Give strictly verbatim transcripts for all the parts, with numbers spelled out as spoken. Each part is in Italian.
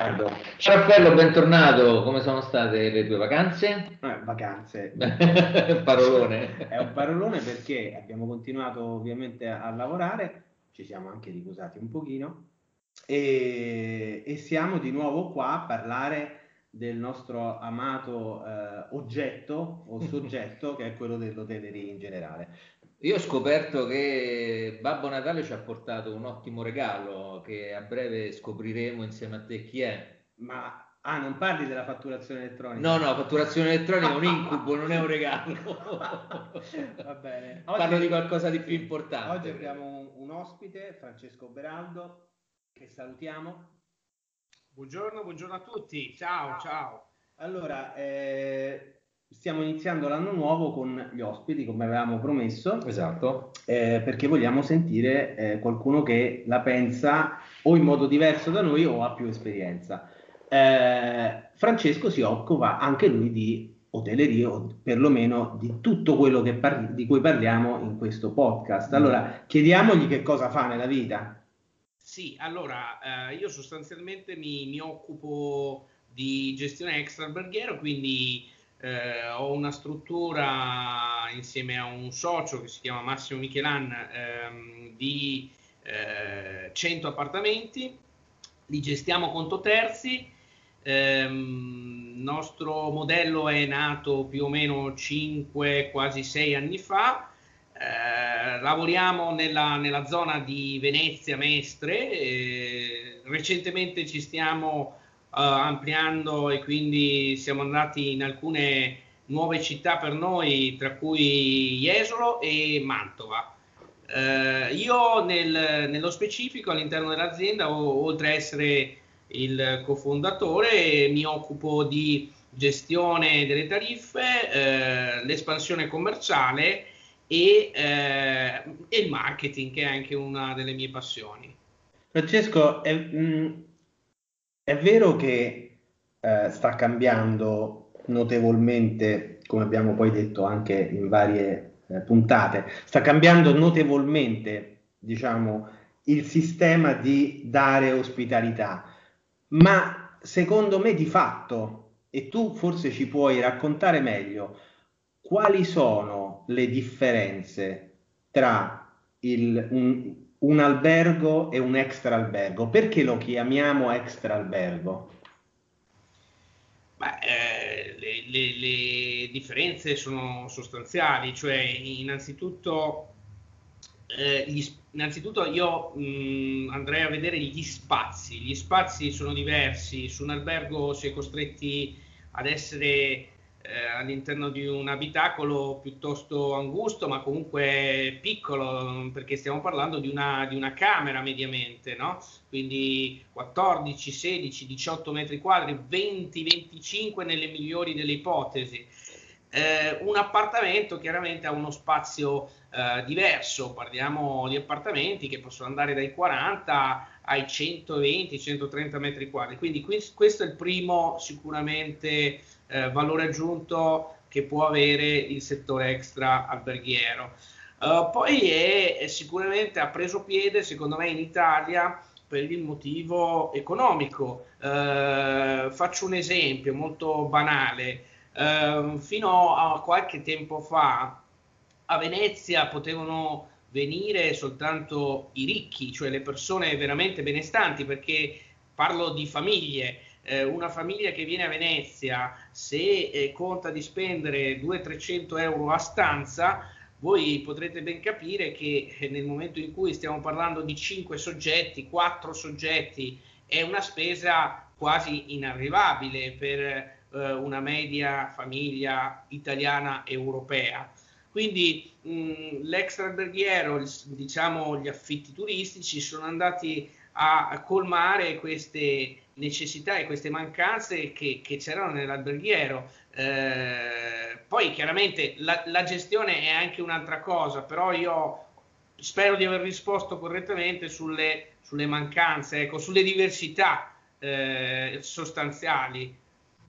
Riccardo. Ciao Raffaello, bentornato. Come sono state le tue vacanze? Eh, vacanze. Parolone. È un parolone perché abbiamo continuato ovviamente a, a lavorare, ci siamo anche riposati un pochino e, e siamo di nuovo qua a parlare del nostro amato eh, oggetto o soggetto che è quello dell'hotellerie in generale. Io ho scoperto che Babbo Natale ci ha portato un ottimo regalo che a breve scopriremo insieme a te chi è. Ma ah, non parli della fatturazione elettronica? No, no, fatturazione elettronica è un incubo, non è un regalo. Va bene. Oggi, Parlo di qualcosa di sì, più importante. Oggi abbiamo un, un ospite, Francesco Beraldo, che salutiamo. Buongiorno, buongiorno a tutti. Ciao, ciao. Allora, eh, stiamo iniziando l'anno nuovo con gli ospiti, come avevamo promesso. Esatto. Eh, perché vogliamo sentire eh, qualcuno che la pensa o in modo diverso da noi o ha più esperienza. Eh, Francesco si occupa anche lui di hotelleria o perlomeno di tutto quello che parli- di cui parliamo in questo podcast. Allora, chiediamogli che cosa fa nella vita. Sì, allora, eh, io sostanzialmente mi, mi occupo di gestione extraalberghiero, quindi eh, ho una struttura insieme a un socio che si chiama Massimo Michelan ehm, di eh, cento appartamenti, li gestiamo conto terzi. Il ehm, nostro modello è nato più o meno cinque, quasi sei anni fa. Eh, lavoriamo nella, nella zona di Venezia, Mestre. Eh, recentemente ci stiamo eh, ampliando e quindi siamo andati in alcune nuove città per noi, tra cui Jesolo e Mantova. Eh, io nel, nello specifico all'interno dell'azienda, o, oltre a essere il cofondatore, mi occupo di gestione delle tariffe, eh, l'espansione commerciale e, eh, e il marketing, che è anche una delle mie passioni. Francesco, è, mh, è vero che eh, sta cambiando notevolmente, come abbiamo poi detto anche in varie eh, puntate, sta cambiando notevolmente, diciamo, il sistema di dare ospitalità, ma secondo me di fatto, e tu forse ci puoi raccontare meglio, quali sono le differenze tra il, un, un albergo e un extra albergo? Perché lo chiamiamo extra albergo? Beh, eh, le, le- le differenze sono sostanziali, cioè innanzitutto, eh, gli s- innanzitutto io mh, andrei a vedere gli spazi. Gli spazi sono diversi, su un albergo si è costretti ad essere eh, all'interno di un abitacolo piuttosto angusto, ma comunque piccolo, perché stiamo parlando di una, di una camera mediamente, no? Quindi quattordici, sedici, diciotto metri quadri, venti, venticinque nelle migliori delle ipotesi. Eh, un appartamento chiaramente ha uno spazio eh, diverso, parliamo di appartamenti che possono andare dai quaranta ai centoventi, centotrenta metri quadri, quindi questo è il primo sicuramente eh, valore aggiunto che può avere il settore extra alberghiero. Uh, poi è, è sicuramente ha preso piede secondo me in Italia per il motivo economico. Uh, faccio un esempio molto banale. Uh, fino a qualche tempo fa a Venezia potevano venire soltanto i ricchi, cioè le persone veramente benestanti, perché parlo di famiglie. Eh, una famiglia che viene a Venezia, se eh, conta di spendere duecento trecento euro a stanza, voi potrete ben capire che eh, nel momento in cui stiamo parlando di cinque soggetti, quattro soggetti, è una spesa quasi inarrivabile per eh, una media famiglia italiana europea. Quindi mh, l'extra alberghiero, diciamo gli affitti turistici, sono andati a, a colmare queste necessità e queste mancanze che, che c'erano nell'alberghiero. Eh, poi chiaramente la, la gestione è anche un'altra cosa, però io spero di aver risposto correttamente sulle, sulle mancanze, ecco, sulle diversità eh, sostanziali.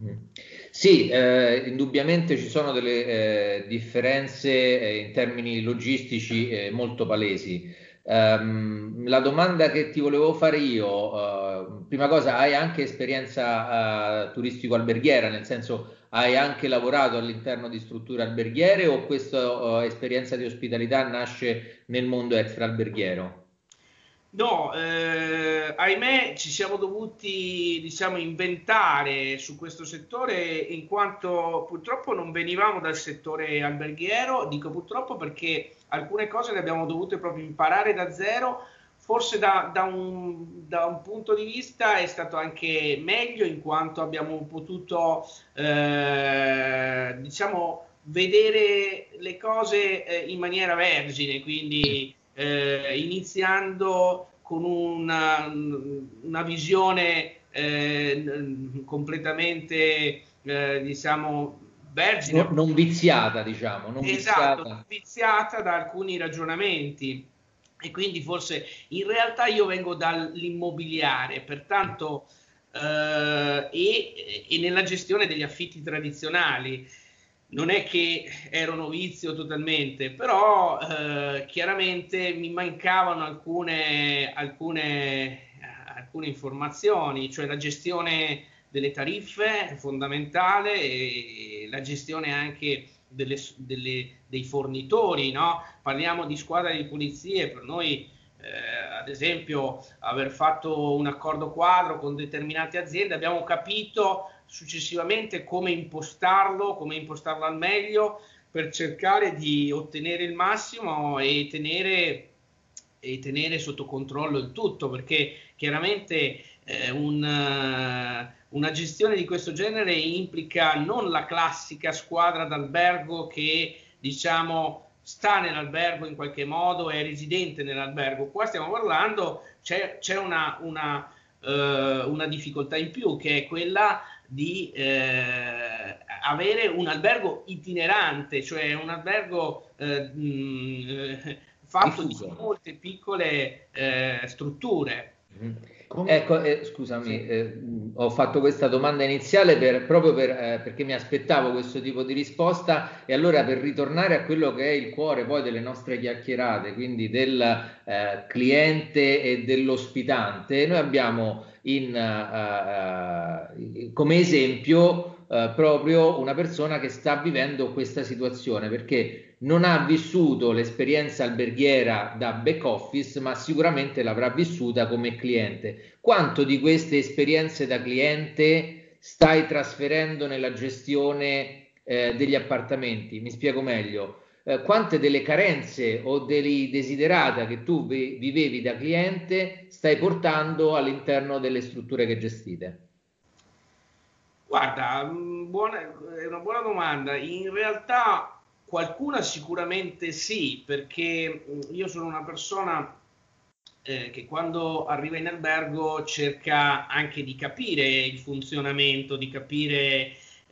Sì, eh, indubbiamente ci sono delle eh, differenze eh, in termini logistici eh, molto palesi. Um, la domanda che ti volevo fare io, uh, prima cosa, hai anche esperienza uh, turistico-alberghiera, nel senso hai anche lavorato all'interno di strutture alberghiere o questa uh, esperienza di ospitalità nasce nel mondo extra-alberghiero? No, eh, ahimè ci siamo dovuti, diciamo, inventare su questo settore in quanto purtroppo non venivamo dal settore alberghiero, dico purtroppo perché alcune cose le abbiamo dovute proprio imparare da zero, forse da, da, un, da un punto di vista è stato anche meglio in quanto abbiamo potuto, eh, diciamo, vedere le cose eh, in maniera vergine, quindi... Eh, iniziando con una, una visione eh, completamente, eh, diciamo, vergine. Non, non viziata, diciamo. Non esatto, viziata. viziata da alcuni ragionamenti. E quindi forse in realtà io vengo dall'immobiliare, pertanto eh, e, e nella gestione degli affitti tradizionali. Non è che ero novizio totalmente, però eh, chiaramente mi mancavano alcune, alcune, alcune informazioni, cioè la gestione delle tariffe è fondamentale e la gestione anche delle, delle, dei fornitori, no? Parliamo di squadra di pulizie, per noi eh, ad esempio aver fatto un accordo quadro con determinate aziende, abbiamo capito successivamente come impostarlo, come impostarlo al meglio per cercare di ottenere il massimo e tenere, e tenere sotto controllo il tutto, perché chiaramente eh, un, uh, una gestione di questo genere implica non la classica squadra d'albergo che diciamo sta nell'albergo in qualche modo, è residente nell'albergo. Qua stiamo parlando, c'è, c'è una, una, uh, una difficoltà in più, che è quella di eh, avere un albergo itinerante, cioè un albergo eh, mh, fatto diffuso, di molte piccole eh, strutture. Mm. Ecco, eh, scusami, sì. eh, ho fatto questa domanda iniziale per, proprio per, eh, perché mi aspettavo questo tipo di risposta, e allora per ritornare a quello che è il cuore poi delle nostre chiacchierate, quindi del eh, cliente e dell'ospitante, noi abbiamo in, uh, uh, come esempio uh, proprio una persona che sta vivendo questa situazione, perché non ha vissuto l'esperienza alberghiera da back office, ma sicuramente l'avrà vissuta come cliente. Quanto di queste esperienze da cliente stai trasferendo nella gestione eh, degli appartamenti? Mi spiego meglio. Eh, quante delle carenze o dei desiderata che tu vivevi da cliente stai portando all'interno delle strutture che gestite? Guarda, buona, è una buona domanda. In realtà qualcuna sicuramente sì, perché io sono una persona eh, che quando arriva in albergo cerca anche di capire il funzionamento, di capire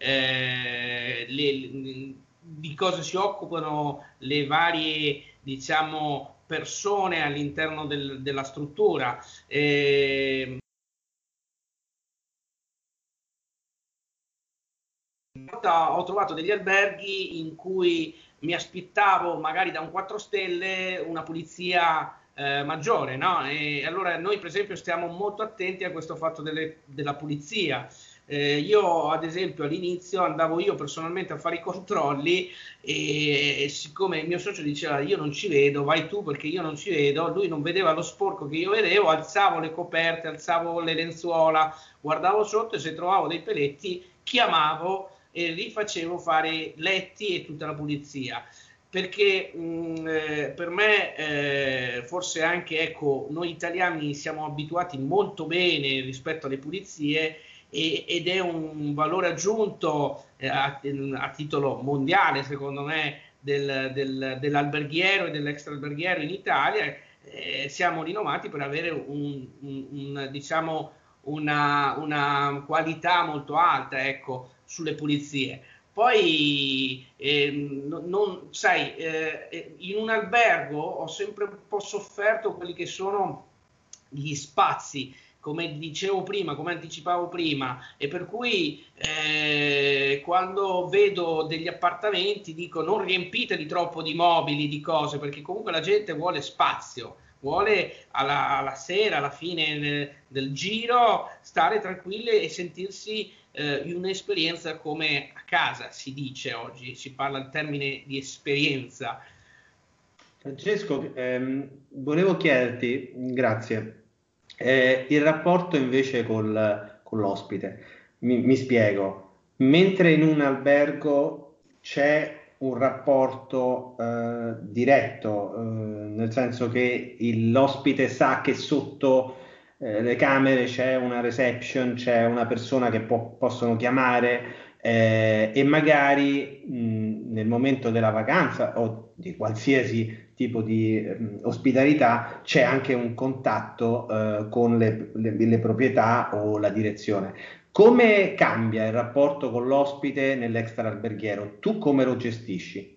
eh, le, di cosa si occupano le varie, diciamo, persone all'interno del, della struttura. Eh, ho trovato degli alberghi in cui mi aspettavo magari da un quattro stelle una pulizia eh, maggiore, no? E allora noi per esempio stiamo molto attenti a questo fatto delle, della pulizia. Eh, io ad esempio all'inizio andavo io personalmente a fare i controlli e, e siccome il mio socio diceva io non ci vedo, vai tu perché io non ci vedo, lui non vedeva lo sporco che io vedevo, alzavo le coperte, alzavo le lenzuola, guardavo sotto e se trovavo dei peletti chiamavo e rifacevo fare letti e tutta la pulizia, perché mh, eh, per me eh, forse anche ecco noi italiani siamo abituati molto bene rispetto alle pulizie e, ed è un valore aggiunto eh, a, a titolo mondiale secondo me del, del, dell'alberghiero e dell'extraalberghiero in Italia. Eh, siamo rinomati per avere un, un, un, diciamo una, una qualità molto alta, ecco, sulle pulizie. Poi eh, non, sai, eh, in un albergo ho sempre un po' sofferto quelli che sono gli spazi, come dicevo prima, come anticipavo prima, e per cui eh, quando vedo degli appartamenti dico non riempiteli troppo di mobili, di cose, perché comunque la gente vuole spazio, vuole alla, alla sera, alla fine del, del giro, stare tranquille e sentirsi eh, un'esperienza come a casa, si dice oggi, si parla in termine di esperienza. Francesco, ehm, volevo chiederti, grazie, eh, il rapporto invece col, con l'ospite. Mi, mi spiego, mentre in un albergo c'è un rapporto eh, diretto, eh, nel senso che il, l'ospite sa che sotto eh, le camere c'è una reception, c'è una persona che può, possono chiamare eh, e magari mh, nel momento della vacanza o di qualsiasi tipo di eh, ospitalità c'è anche un contatto eh, con le, le, le proprietà o la direzione. Come cambia il rapporto con l'ospite nell'extra alberghiero? Tu come lo gestisci?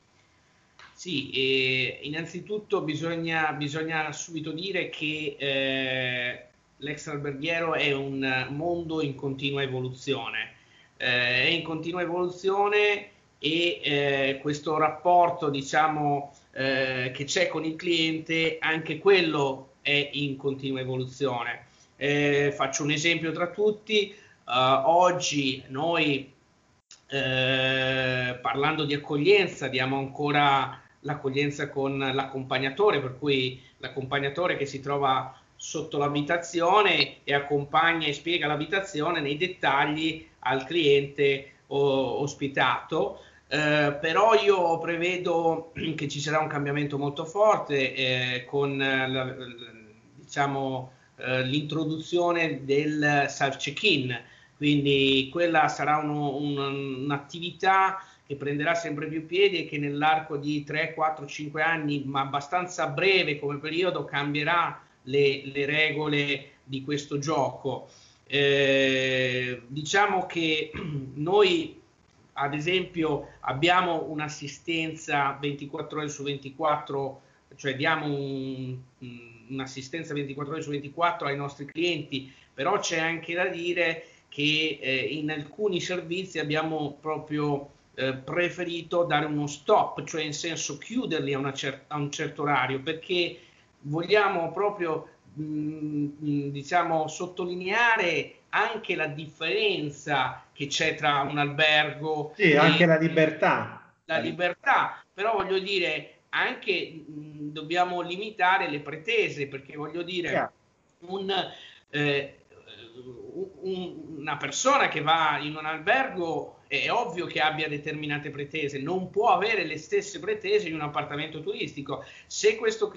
Sì, e innanzitutto bisogna, bisogna subito dire che eh, l'extra alberghiero è un mondo in continua evoluzione, eh, è in continua evoluzione e eh, questo rapporto, diciamo, eh, che c'è con il cliente, anche quello è in continua evoluzione. Eh, faccio un esempio tra tutti, uh, oggi noi eh, parlando di accoglienza diamo ancora l'accoglienza con l'accompagnatore, per cui l'accompagnatore che si trova sotto l'abitazione e accompagna e spiega l'abitazione nei dettagli al cliente o, ospitato. Eh, però io prevedo che ci sarà un cambiamento molto forte eh, con la, diciamo, eh, l'introduzione del self check-in, quindi quella sarà uno, un, un'attività che prenderà sempre più piedi e che nell'arco di tre, quattro, cinque anni, ma abbastanza breve come periodo, cambierà le, le regole di questo gioco. Eh, diciamo che noi, ad esempio, abbiamo un'assistenza ventiquattro ore su ventiquattro, cioè diamo un, un'assistenza ventiquattro ore su ventiquattro ai nostri clienti, però c'è anche da dire che eh, in alcuni servizi abbiamo proprio eh, preferito dare uno stop, cioè in senso chiuderli a, una cer- a un certo orario, perché vogliamo proprio mh, diciamo sottolineare anche la differenza che c'è tra un albergo Sì, e anche la libertà. la libertà, però voglio dire anche mh, dobbiamo limitare le pretese, perché voglio dire Yeah. un, eh, un, una persona che va in un albergo è ovvio che abbia determinate pretese, non può avere le stesse pretese in un appartamento turistico. Se questo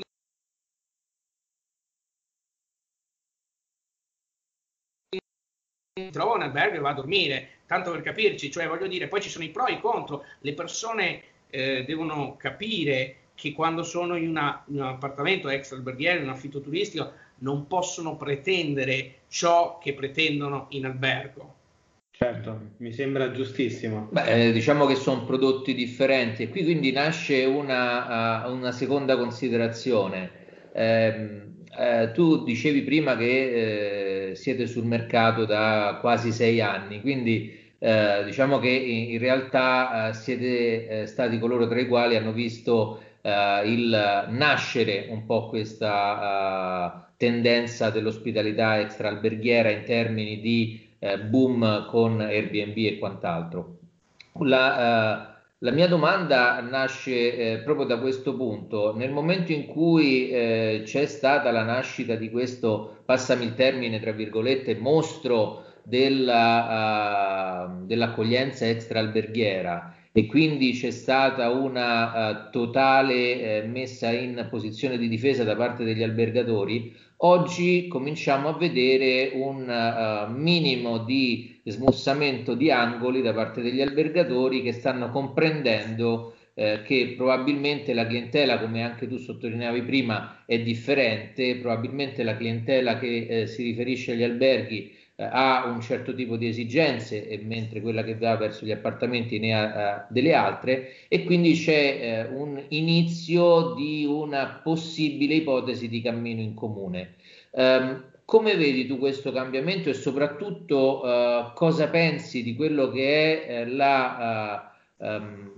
trova un albergo e va a dormire, tanto per capirci, cioè voglio dire, poi ci sono i pro e i contro, le persone eh, devono capire che quando sono in, una, in un appartamento ex alberghiero, in un affitto turistico, non possono pretendere ciò che pretendono in albergo. Certo, mi sembra giustissimo. Beh, eh, diciamo che sono prodotti differenti e qui quindi nasce una, uh, una seconda considerazione. Eh, eh, tu dicevi prima che eh, siete sul mercato da quasi sei anni, quindi eh, diciamo che in, in realtà eh, siete eh, stati coloro tra i quali hanno visto eh, il nascere un po' questa eh, tendenza dell'ospitalità extra-alberghiera in termini di eh, boom con Airbnb e quant'altro. La, eh, la mia domanda nasce eh, proprio da questo punto. Nel momento in cui eh, c'è stata la nascita di questo, passami il termine, tra virgolette, mostro della, uh, dell'accoglienza extra-alberghiera e quindi c'è stata una uh, totale eh, messa in posizione di difesa da parte degli albergatori, oggi cominciamo a vedere un uh, minimo di smussamento di angoli da parte degli albergatori che stanno comprendendo eh, che probabilmente la clientela, come anche tu sottolineavi prima, è differente, probabilmente la clientela che eh, si riferisce agli alberghi eh, ha un certo tipo di esigenze, e mentre quella che va verso gli appartamenti ne ha uh, delle altre, e quindi c'è uh, un inizio di una possibile ipotesi di cammino in comune. Um, come vedi tu questo cambiamento e soprattutto uh, cosa pensi di quello che è uh, la uh, um,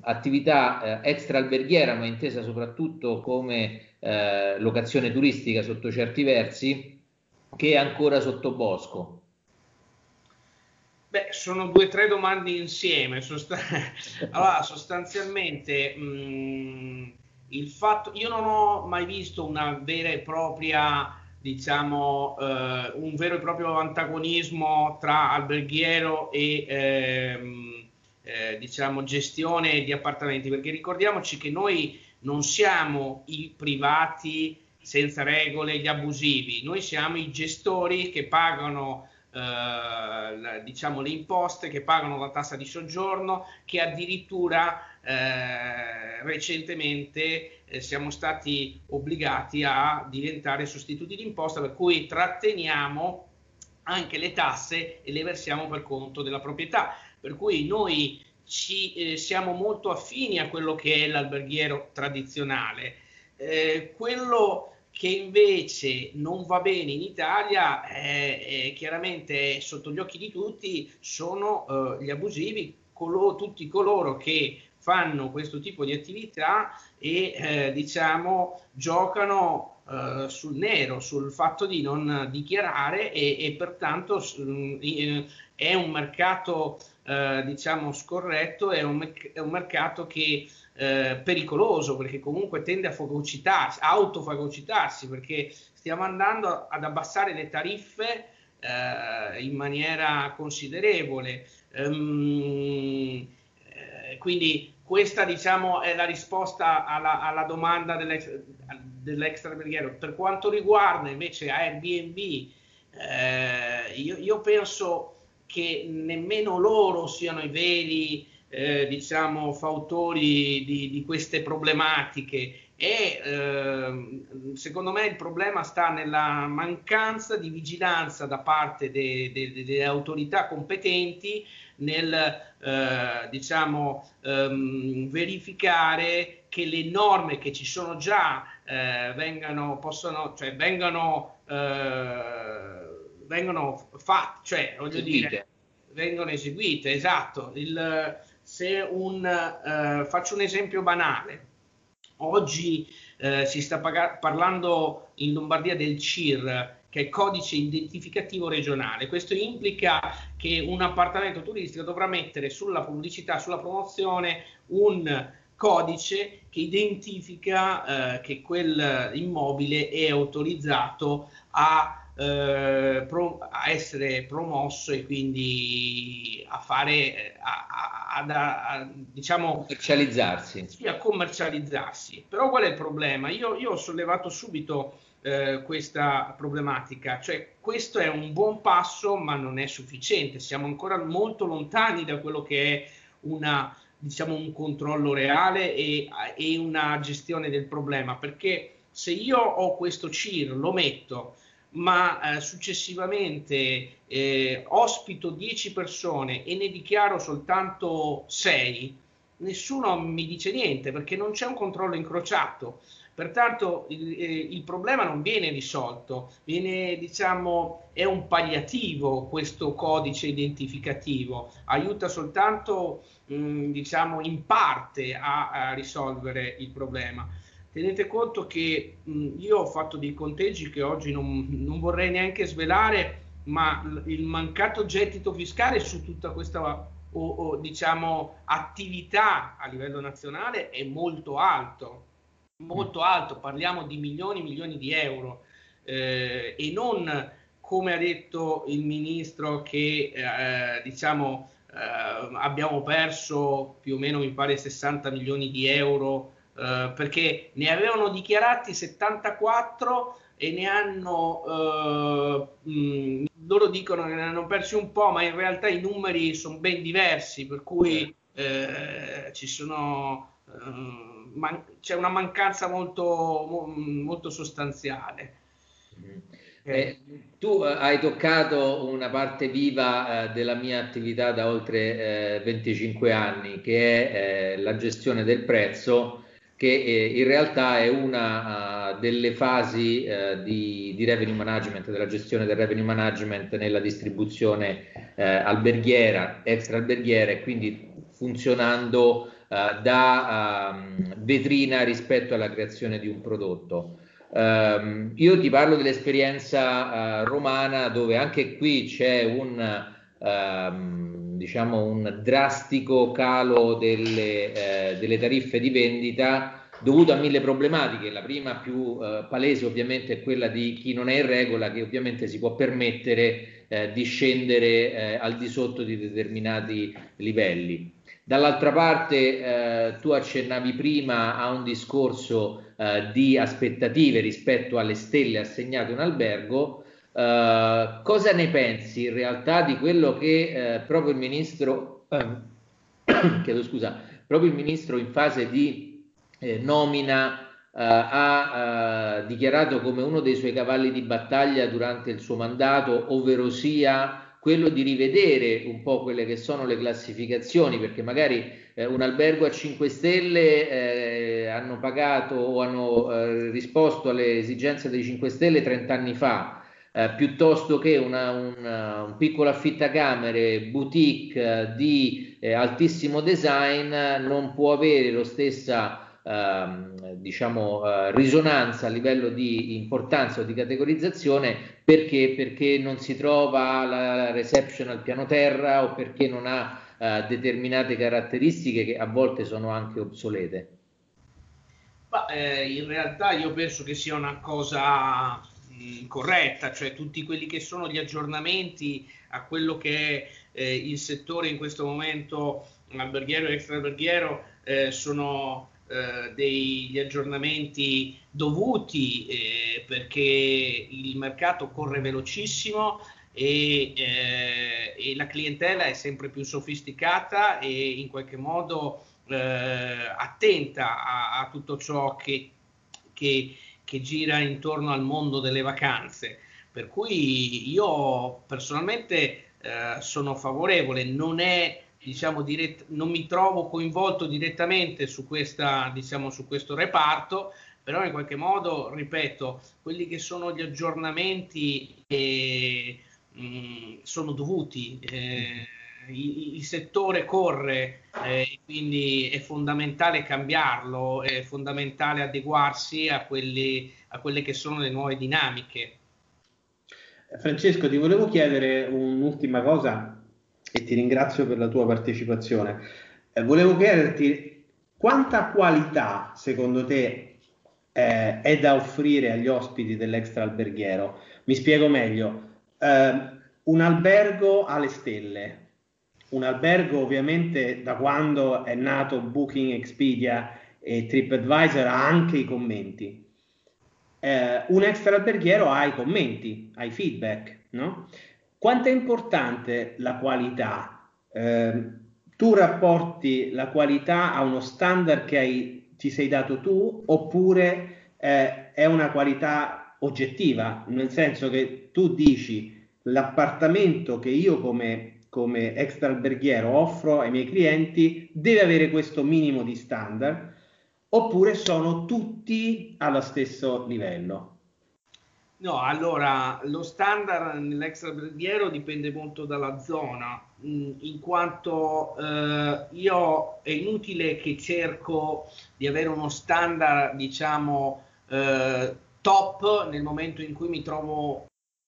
attività eh, extra alberghiera, ma intesa soprattutto come eh, locazione turistica sotto certi versi, che ancora sottobosco? Beh, sono due o tre domande insieme. Sostan- allora, sostanzialmente, mh, il fatto, io non ho mai visto una vera e propria, diciamo, eh, un vero e proprio antagonismo tra alberghiero e, ehm, eh, diciamo, gestione di appartamenti, perché ricordiamoci che noi non siamo i privati senza regole, gli abusivi, noi siamo i gestori che pagano Uh, diciamo le imposte, che pagano la tassa di soggiorno, che addirittura uh, recentemente uh, siamo stati obbligati a diventare sostituti d'imposta, per cui tratteniamo anche le tasse e le versiamo per conto della proprietà, per cui noi ci, eh, siamo molto affini a quello che è l'alberghiero tradizionale. Eh, quello che invece non va bene in Italia, eh, eh, chiaramente sotto gli occhi di tutti, sono eh, gli abusivi, colo- tutti coloro che fanno questo tipo di attività e eh, diciamo giocano eh, sul nero, sul fatto di non dichiarare e, e pertanto eh, è un mercato eh, diciamo scorretto, è un, è un mercato che Eh, pericoloso, perché comunque tende a fagocitarsi, autofagocitarsi, perché stiamo andando ad abbassare le tariffe eh, in maniera considerevole. Um, eh, quindi questa, diciamo, è la risposta alla, alla domanda dell'ex, dell'extraalberghiero. Per quanto riguarda invece Airbnb, eh, io, io penso che nemmeno loro siano i veri Eh, diciamo fautori di, di queste problematiche e eh, secondo me il problema sta nella mancanza di vigilanza da parte de, de, de, delle autorità competenti nel eh, diciamo ehm, verificare che le norme che ci sono già eh, vengano possono cioè vengano eh, vengono fatte, cioè voglio Eseguite. dire vengono eseguite, esatto. Il, se un, eh, faccio un esempio banale, oggi eh, si sta paga- parlando in Lombardia del C I R, che è codice identificativo regionale. Questo implica che un appartamento turistico dovrà mettere sulla pubblicità, sulla promozione, un codice che identifica eh, che quel immobile è autorizzato a Eh, pro, a essere promosso e quindi a fare a, a, a, a diciamo Commercializzarsi. sì, a commercializzarsi. Però qual è il problema? Io, io ho sollevato subito eh, questa problematica, cioè questo è un buon passo ma non è sufficiente, siamo ancora molto lontani da quello che è una diciamo un controllo reale e, e una gestione del problema, perché se io ho questo C I R, lo metto ma eh, successivamente eh, ospito dieci persone e ne dichiaro soltanto sei, nessuno mi dice niente perché non c'è un controllo incrociato. Pertanto il, eh, il problema non viene risolto, viene, diciamo, è un palliativo questo codice identificativo, aiuta soltanto mh, diciamo, in parte a, a risolvere il problema. Tenete conto che mh, io ho fatto dei conteggi che oggi non, non vorrei neanche svelare, ma l- il mancato gettito fiscale su tutta questa o, o, diciamo attività a livello nazionale è molto alto, molto alto, parliamo di milioni e milioni di euro eh, e non come ha detto il ministro che eh, diciamo eh, abbiamo perso più o meno mi pare sessanta milioni di euro Uh, perché ne avevano dichiarati settantaquattro e ne hanno uh, mh, loro dicono che ne hanno persi un po', ma in realtà i numeri sono ben diversi, per cui eh, ci sono uh, man- c'è una mancanza molto, mo- molto sostanziale. Eh, tu eh, hai toccato una parte viva eh, della mia attività da oltre eh, venticinque anni, che è eh, la gestione del prezzo, che eh, in realtà è una uh, delle fasi uh, di, di revenue management, della gestione del revenue management nella distribuzione uh, alberghiera, extra alberghiera, e quindi funzionando uh, uh, da uh, vetrina rispetto alla creazione di un prodotto. Um, io ti parlo dell'esperienza uh, romana, dove anche qui c'è un um, diciamo un drastico calo delle, eh, delle tariffe di vendita, dovuto a mille problematiche. La prima più eh, palese ovviamente è quella di chi non è in regola, che ovviamente si può permettere eh, di scendere eh, al di sotto di determinati livelli. Dall'altra parte eh, tu accennavi prima a un discorso eh, di aspettative rispetto alle stelle assegnate a un albergo. Uh, cosa ne pensi in realtà di quello che eh, proprio il ministro eh, chiedo scusa, proprio il ministro in fase di eh, nomina eh, ha eh, dichiarato come uno dei suoi cavalli di battaglia durante il suo mandato, ovvero sia quello di rivedere un po' quelle che sono le classificazioni, perché magari eh, un albergo a cinque stelle eh, hanno pagato o hanno eh, risposto alle esigenze dei cinque stelle trenta anni fa. Eh, piuttosto che una, una, un piccolo affittacamere boutique eh, di eh, altissimo design non può avere lo stessa eh, diciamo eh, risonanza a livello di importanza o di categorizzazione, perché perché non si trova la reception al piano terra o perché non ha eh, determinate caratteristiche che a volte sono anche obsolete. Ma, eh, in realtà io penso che sia una cosa corretta, cioè tutti quelli che sono gli aggiornamenti a quello che è eh, il settore in questo momento alberghiero e extraalberghiero eh, sono eh, degli aggiornamenti dovuti eh, perché il mercato corre velocissimo e, eh, e la clientela è sempre più sofisticata e in qualche modo eh, attenta a, a tutto ciò che, che che gira intorno al mondo delle vacanze, per cui io personalmente eh, sono favorevole. Non è, diciamo, dirett- non mi trovo coinvolto direttamente su questa, diciamo, su questo reparto, però in qualche modo, ripeto, quelli che sono gli aggiornamenti eh, mh, sono dovuti. Eh, il, il settore corre, eh, quindi è fondamentale cambiarlo, è fondamentale adeguarsi a, quelli, a quelle che sono le nuove dinamiche. Francesco, ti volevo chiedere un'ultima cosa e ti ringrazio per la tua partecipazione. Eh, volevo chiederti quanta qualità secondo te eh, è da offrire agli ospiti dell'extraalberghiero. Mi spiego meglio. Eh, un albergo alle stelle. Un albergo ovviamente da quando è nato Booking, Expedia e TripAdvisor ha anche i commenti. Eh, un extraalberghiero ha i commenti, ha i feedback, no? Quanto è importante la qualità? Eh, tu rapporti la qualità a uno standard che hai, ti sei dato tu, oppure eh, è una qualità oggettiva, nel senso che tu dici l'appartamento che io come come extraalberghiero offro ai miei clienti deve avere questo minimo di standard, oppure sono tutti allo stesso livello? No, allora lo standard nell'extraalberghiero dipende molto dalla zona, in quanto eh, io è inutile che cerco di avere uno standard, diciamo, eh, top nel momento in cui mi trovo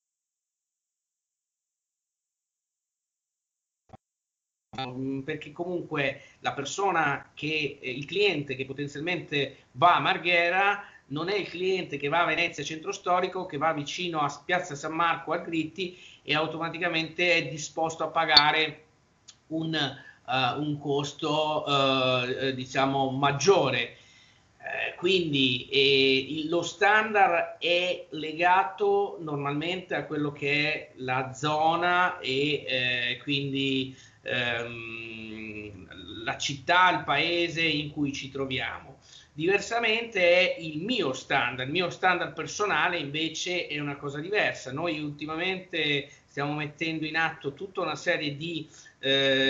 perché comunque la persona che il cliente che potenzialmente va a Marghera non è il cliente che va a Venezia Centro Storico, che va vicino a Piazza San Marco al Gritti e automaticamente è disposto a pagare un, uh, un costo uh, diciamo maggiore. Eh, quindi eh, lo standard è legato normalmente a quello che è la zona e eh, quindi ehm, la città, il paese in cui ci troviamo. Diversamente è il mio standard, il mio standard personale invece è una cosa diversa. Noi ultimamente stiamo mettendo in atto tutta una serie di eh,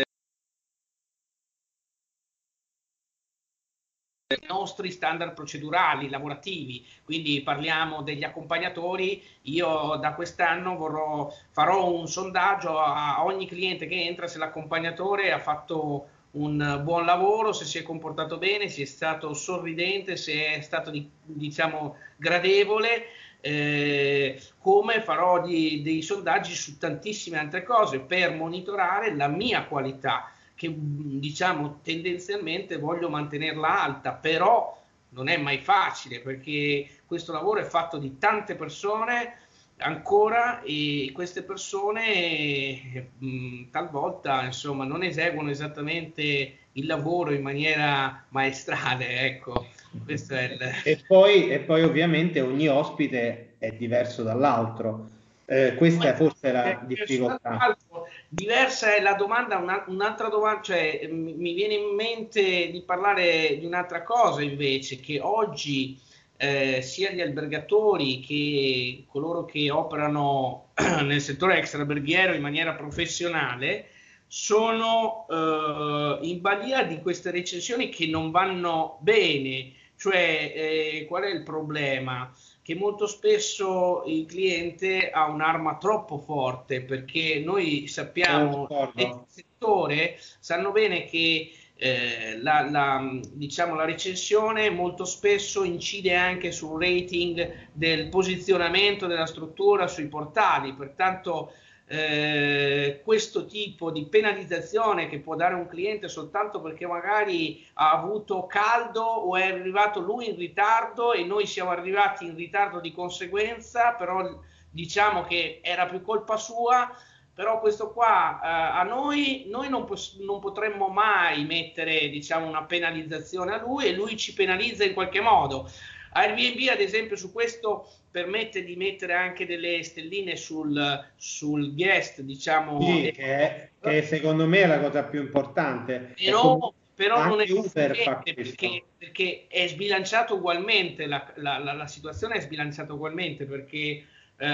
nostri standard procedurali, lavorativi, quindi parliamo degli accompagnatori. Io da quest'anno vorrò, farò un sondaggio a ogni cliente che entra se l'accompagnatore ha fatto un buon lavoro, se si è comportato bene, se è stato sorridente, se è stato diciamo gradevole, eh, come farò di, dei sondaggi su tantissime altre cose per monitorare la mia qualità, che diciamo tendenzialmente voglio mantenerla alta, però non è mai facile, perché questo lavoro è fatto di tante persone ancora, e queste persone mh, talvolta insomma non eseguono esattamente il lavoro in maniera maestrale, ecco. Questo è il... e poi e poi ovviamente ogni ospite è diverso dall'altro, eh, questa è forse la difficoltà. Diversa è la domanda, una, un'altra domanda, cioè mi viene in mente di parlare di un'altra cosa invece, che oggi Eh, sia gli albergatori che coloro che operano nel settore extraalberghiero in maniera professionale sono eh, in balia di queste recensioni che non vanno bene. Cioè, eh, qual è il problema? Che molto spesso il cliente ha un'arma troppo forte, perché noi sappiamo, nel settore sanno bene che Eh, la, la, diciamo, la recensione molto spesso incide anche sul rating del posizionamento della struttura sui portali, pertanto eh, questo tipo di penalizzazione che può dare un cliente soltanto perché magari ha avuto caldo o è arrivato lui in ritardo e noi siamo arrivati in ritardo di conseguenza, però diciamo che era più colpa sua. Però questo qua eh, a noi, noi non, pos- non potremmo mai mettere, diciamo, una penalizzazione a lui, e lui ci penalizza in qualche modo. Airbnb ad esempio su questo permette di mettere anche delle stelline sul, sul guest, diciamo. Sì, che è, che secondo me è la cosa più importante. Però, però non è sufficiente perché, perché è sbilanciato ugualmente, la, la, la, la situazione è sbilanciata ugualmente, perché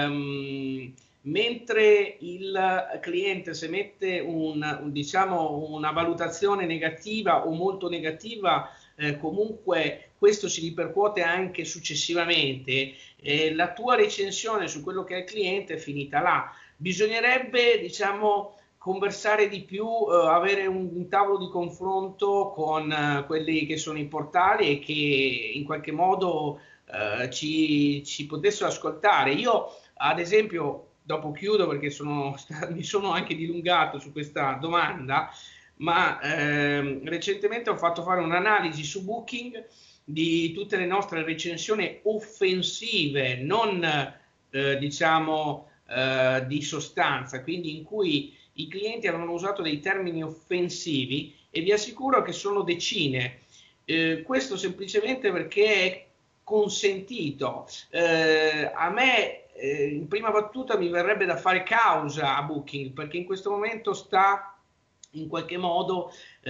um, mentre il cliente, se mette un, un, diciamo, una valutazione negativa o molto negativa, eh, comunque questo si ripercuote anche successivamente. Eh, la tua recensione su quello che è il cliente è finita là. Bisognerebbe, diciamo, conversare di più, eh, avere un, un tavolo di confronto con eh, quelli che sono i portali e che in qualche modo eh, ci, ci potessero ascoltare. Io, ad esempio, dopo chiudo perché sono, mi sono anche dilungato su questa domanda, ma ehm, recentemente ho fatto fare un'analisi su Booking di tutte le nostre recensioni offensive, non eh, diciamo eh, di sostanza, quindi in cui i clienti avevano usato dei termini offensivi, e vi assicuro che sono decine. Eh, questo semplicemente perché è consentito. Eh, a me Eh, in prima battuta mi verrebbe da fare causa a Booking, perché in questo momento sta in qualche modo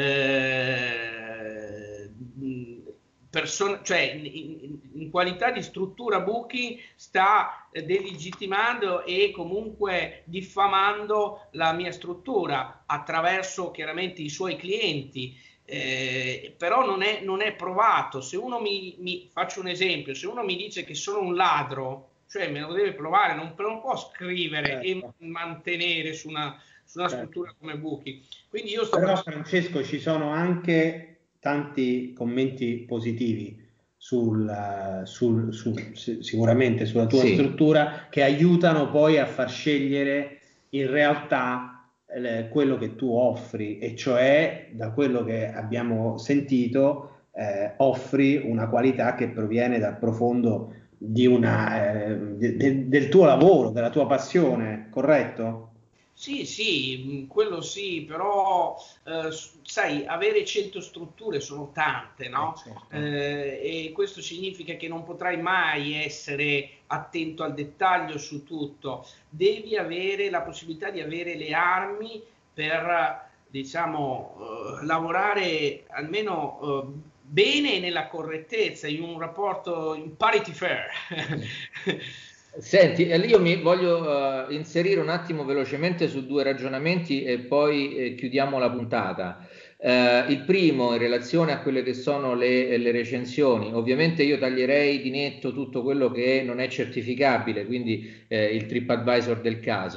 eh, person- cioè in, in qualità di struttura Booking sta delegittimando e comunque diffamando la mia struttura attraverso chiaramente i suoi clienti. Eh, però non è, non è provato. Se uno mi, mi faccio un esempio, se uno mi dice che sono un ladro, cioè me lo deve provare, non, non può scrivere certo. E mantenere su una, su una certo. struttura come Booking. Quindi io sto Però facendo... Francesco, ci sono anche tanti commenti positivi sul, sul, sul, sicuramente sulla tua sì. struttura, che aiutano poi a far scegliere in realtà eh, quello che tu offri, e cioè, da quello che abbiamo sentito, eh, offri una qualità che proviene dal profondo di una, eh, de, de, del tuo lavoro, della tua passione, corretto? Sì, sì, quello sì, però eh, sai, avere cento strutture sono tante, no? Eh, certo. eh, e questo significa che non potrai mai essere attento al dettaglio su tutto. Devi avere la possibilità di avere le armi per, diciamo, eh, lavorare almeno eh, bene e nella correttezza, in un rapporto in parity fair. Senti, io mi voglio uh, inserire un attimo velocemente su due ragionamenti e poi eh, chiudiamo la puntata. Uh, il primo in relazione a quelle che sono le, le recensioni. Ovviamente io taglierei di netto tutto quello che non è certificabile, quindi eh, il TripAdvisor del caso.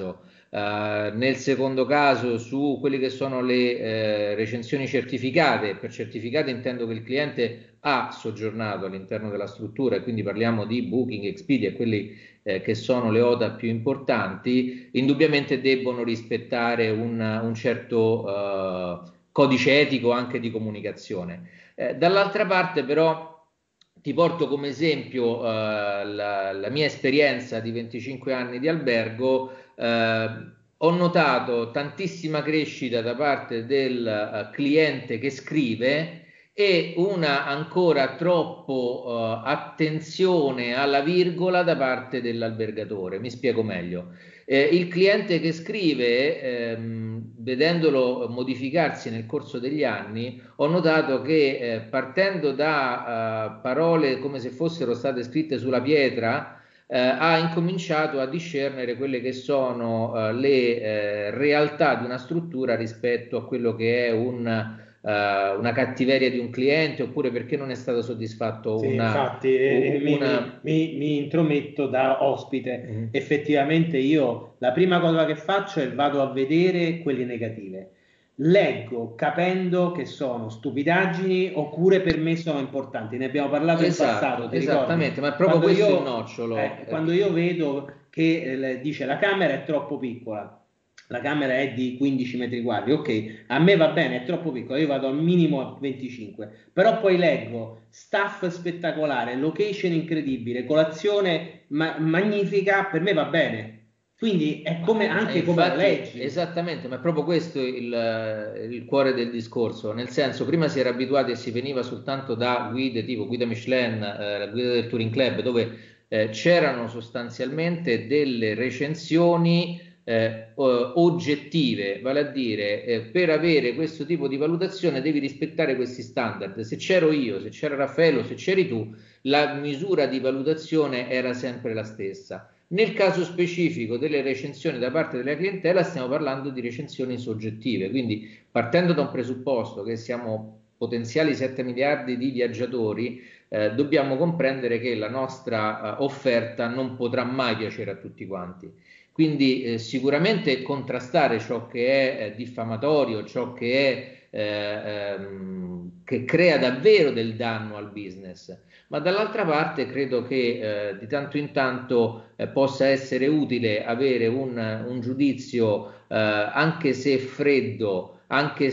Uh, nel secondo caso su quelle che sono le eh, recensioni certificate. Per certificate intendo che il cliente ha soggiornato all'interno della struttura, e quindi parliamo di Booking, Expedia, quelli eh, che sono le O T A più importanti. Indubbiamente debbono rispettare un, un certo uh, codice etico anche di comunicazione. Eh, dall'altra parte però ti porto come esempio uh, la, la mia esperienza di venticinque anni di albergo. Eh, ho notato tantissima crescita da parte del uh, cliente che scrive e una ancora troppo uh, attenzione alla virgola da parte dell'albergatore. Mi spiego meglio. Eh, il cliente che scrive, ehm, vedendolo modificarsi nel corso degli anni, ho notato che eh, partendo da uh, parole come se fossero state scritte sulla pietra, Eh, ha incominciato a discernere quelle che sono eh, le eh, realtà di una struttura rispetto a quello che è un, eh, una cattiveria di un cliente, oppure perché non è stato soddisfatto sì, una, infatti eh, una... Mi, mi, mi intrometto da ospite. Mm. Effettivamente io la prima cosa che faccio è vado a vedere quelle negative. Leggo capendo che sono stupidaggini oppure per me sono importanti. Ne abbiamo parlato esatto, in passato, ti esattamente, ricordi? ma è proprio Quando questo io, il nocciolo. Eh, quando io vedo che eh, dice la camera è troppo piccola, la camera è di quindici metri quadri, ok, a me va bene, è troppo piccola, io vado al minimo a venticinque, però poi leggo staff spettacolare, location incredibile, colazione ma- magnifica, per me va bene. Quindi è come anche infatti, come la leggi. Esattamente, ma è proprio questo il, il cuore del discorso. Nel senso, prima si era abituati e si veniva soltanto da guide tipo guida Michelin, eh, la guida del Touring Club, dove eh, c'erano sostanzialmente delle recensioni eh, oggettive, vale a dire eh, per avere questo tipo di valutazione devi rispettare questi standard. Se c'ero io, se c'era Raffaello, se c'eri tu, la misura di valutazione era sempre la stessa. Nel caso specifico delle recensioni da parte della clientela stiamo parlando di recensioni soggettive, quindi partendo da un presupposto che siamo potenziali sette miliardi di viaggiatori, eh, dobbiamo comprendere che la nostra eh, offerta non potrà mai piacere a tutti quanti. Quindi eh, sicuramente contrastare ciò che è eh, diffamatorio, ciò che è eh, ehm, che crea davvero del danno al business. Ma dall'altra parte credo che eh, di tanto in tanto eh, possa essere utile avere un, un giudizio eh, anche se freddo, anche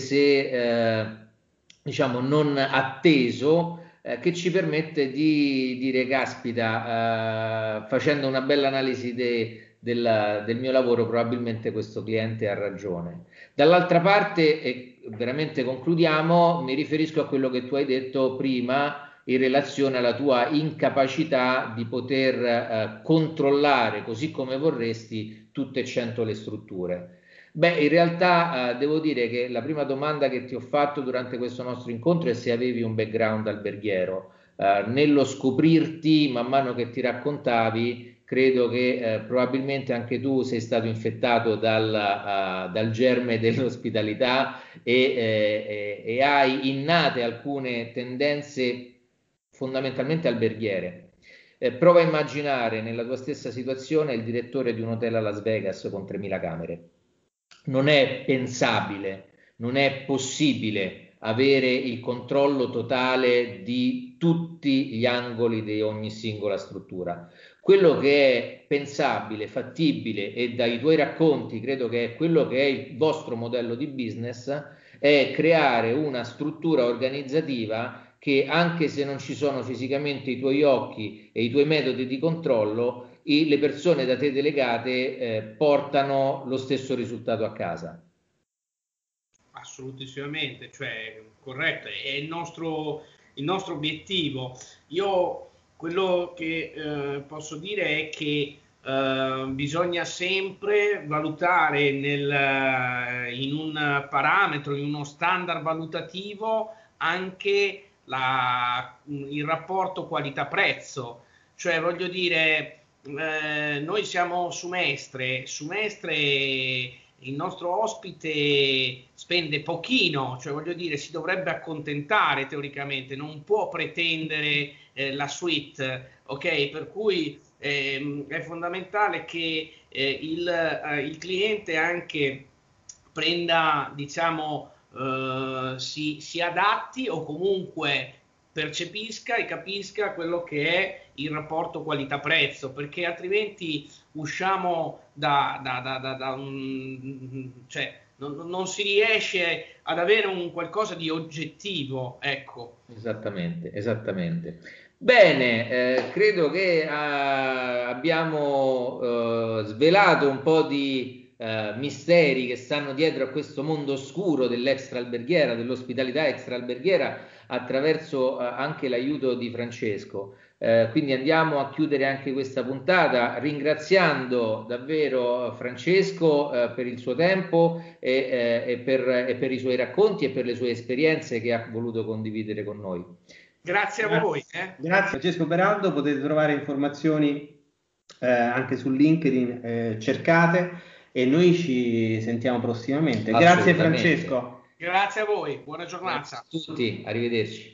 se eh, diciamo non atteso, eh, che ci permette di dire caspita, eh, facendo una bella analisi de, del, del mio lavoro, probabilmente questo cliente ha ragione. Dall'altra parte, e veramente concludiamo, mi riferisco a quello che tu hai detto prima in relazione alla tua incapacità di poter eh, controllare così come vorresti tutte e cento le strutture. Beh, in realtà eh, devo dire che la prima domanda che ti ho fatto durante questo nostro incontro è se avevi un background alberghiero. Eh, nello scoprirti, man mano che ti raccontavi, credo che eh, probabilmente anche tu sei stato infettato dal, uh, dal germe dell'ospitalità e, eh, e, e hai innate alcune tendenze fondamentalmente alberghiere. Eh, prova a immaginare nella tua stessa situazione il direttore di un hotel a Las Vegas con tremila camere. Non è pensabile, non è possibile avere il controllo totale di tutti gli angoli di ogni singola struttura. Quello che è pensabile, fattibile, e dai tuoi racconti credo che è quello che è il vostro modello di business, è creare una struttura organizzativa che, anche se non ci sono fisicamente i tuoi occhi e i tuoi metodi di controllo, i, le persone da te delegate eh, portano lo stesso risultato a casa. Assolutissimamente, cioè corretto, è il nostro, il nostro obiettivo. Io quello che eh, posso dire è che eh, bisogna sempre valutare nel, in un parametro, in uno standard valutativo anche la, il rapporto qualità-prezzo, cioè voglio dire, eh, noi siamo su Mestre, su Mestre il nostro ospite spende pochino, cioè voglio dire si dovrebbe accontentare teoricamente, non può pretendere eh, la suite, ok? Per cui eh, è fondamentale che eh, il, eh, il cliente anche prenda, diciamo, eh, si, si adatti o comunque percepisca e capisca quello che è il rapporto qualità-prezzo, perché altrimenti usciamo da, da, da, da, da un, cioè non, non si riesce ad avere un qualcosa di oggettivo, ecco. Esattamente, esattamente. Bene, eh, credo che eh, abbiamo eh, svelato un po' di eh, misteri che stanno dietro a questo mondo oscuro dell'extra alberghiera, dell'ospitalità extra alberghiera, attraverso eh, anche l'aiuto di Francesco. Eh, quindi andiamo a chiudere anche questa puntata ringraziando davvero Francesco eh, per il suo tempo e, eh, e, per, e per i suoi racconti e per le sue esperienze che ha voluto condividere con noi. Grazie a Grazie. voi. Eh. Grazie Francesco Beraldo, potete trovare informazioni eh, anche su LinkedIn, eh, cercate, e noi ci sentiamo prossimamente. Grazie Francesco. Grazie a voi, buona giornata. Grazie a tutti, arrivederci.